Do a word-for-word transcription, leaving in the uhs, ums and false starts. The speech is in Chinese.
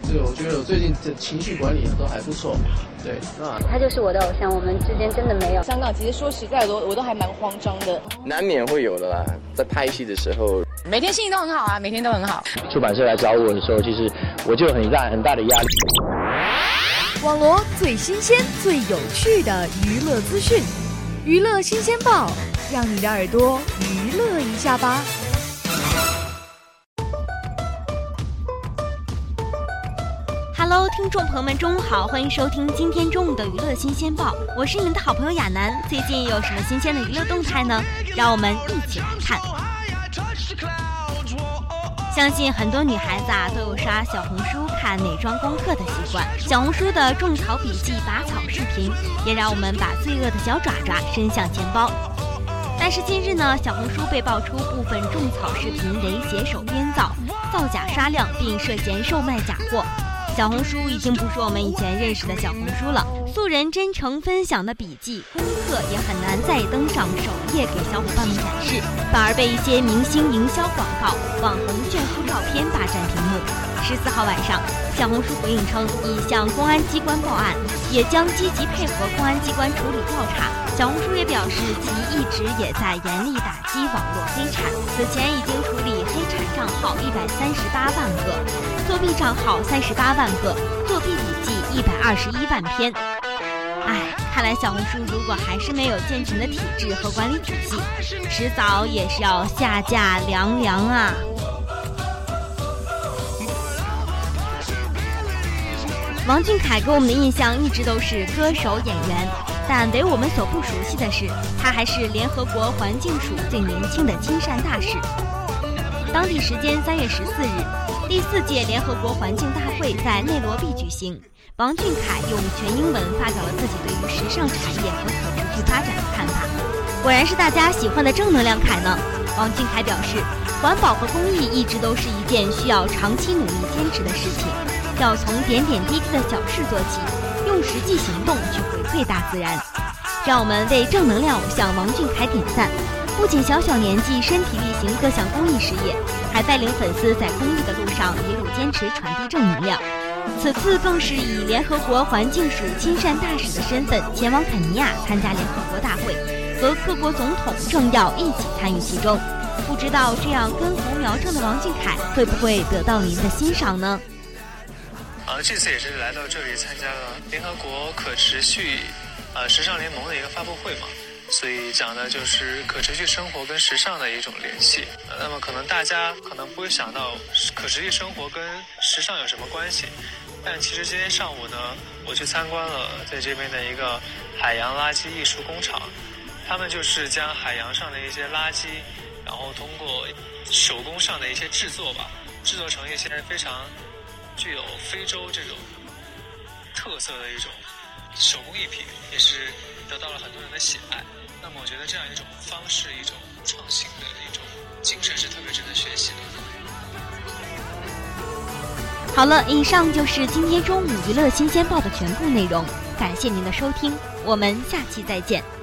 这个我觉得我最近的情绪管理都还不错。对，那他就是我的偶像，我们之间真的没有。 香港其实说实在的，我都还蛮慌张的， 难免会有的啦。在拍戏的时候， 每天心情都很好啊，每天都很好。 出版社来找我的时候，其实我就有很大很大的压力。 网罗最新鲜、最有趣的娱乐资讯，娱乐新鲜报，让你的耳朵娱乐一下吧。 Hello， 听众朋友们，中午好，欢迎收听今天中午的娱乐新鲜报，我是你们的好朋友亚楠。最近有什么新鲜的娱乐动态呢？让我们一起来看。相信很多女孩子啊都有刷小红书看美妆功课的习惯，小红书的种草笔记拔草视频也让我们把罪恶的小爪爪伸向钱包。但是近日呢，小红书被爆出部分种草视频为写手编造、造假刷量，并涉嫌售卖假货。小红书已经不是我们以前认识的小红书了，素人真诚分享的笔记功课也很难再登上首页给小伙伴们展示，反而被一些明星营销广告、网红炫富照片霸占屏幕。十四号晚上，小红书回应称已向公安机关报案，也将积极配合公安机关处理调查。小红书也表示，其一直也在严厉打击网络黑产，此前已经处理黑产账号一百三十八万个，作弊账号三十八万个，作弊笔记一百二十一万篇。唉，看来小红书如果还是没有健全的体制和管理体系，迟早也是要下架凉凉啊。王俊凯给我们的印象一直都是歌手演员，但为我们所不熟悉的是，他还是联合国环境署最年轻的亲善大使。当地时间三月十四日，第四届联合国环境大会在内罗毕举行。王俊凯用全英文发表了自己对于时尚产业和可持续发展的看法，果然是大家喜欢的正能量凯呢。王俊凯表示，环保和公益一直都是一件需要长期努力坚持的事情，要从点点滴滴的小事做起，用实际行动去回馈大自然。让我们为正能量偶像王俊凯点赞，不仅小小年纪身体力行各项公益事业，还带领粉丝在公益的路上一路坚持传递正能量。此次更是以联合国环境署亲善大使的身份前往肯尼亚参加联合国大会，和各国总统政要一起参与其中。不知道这样根红苗正的王俊凯会不会得到您的欣赏呢？ 呃，这次也是来到这里参加了联合国可持续呃时尚联盟的一个发布会嘛，所以讲的就是可持续生活跟时尚的一种联系。呃、那么可能大家可能不会想到可持续生活跟时尚有什么关系，但其实今天上午呢，我去参观了在这边的一个海洋垃圾艺术工厂，他们就是将海洋上的一些垃圾，然后通过手工上的一些制作吧，制作成一些非常具有非洲这种特色的一种手工艺品，也是得到了很多人的喜爱。那么我觉得这样一种方式，一种创新的一种精神是特别值得学习的。 好了，以上就是今天中午娱乐新鲜报的全部内容，感谢您的收听，我们下期再见。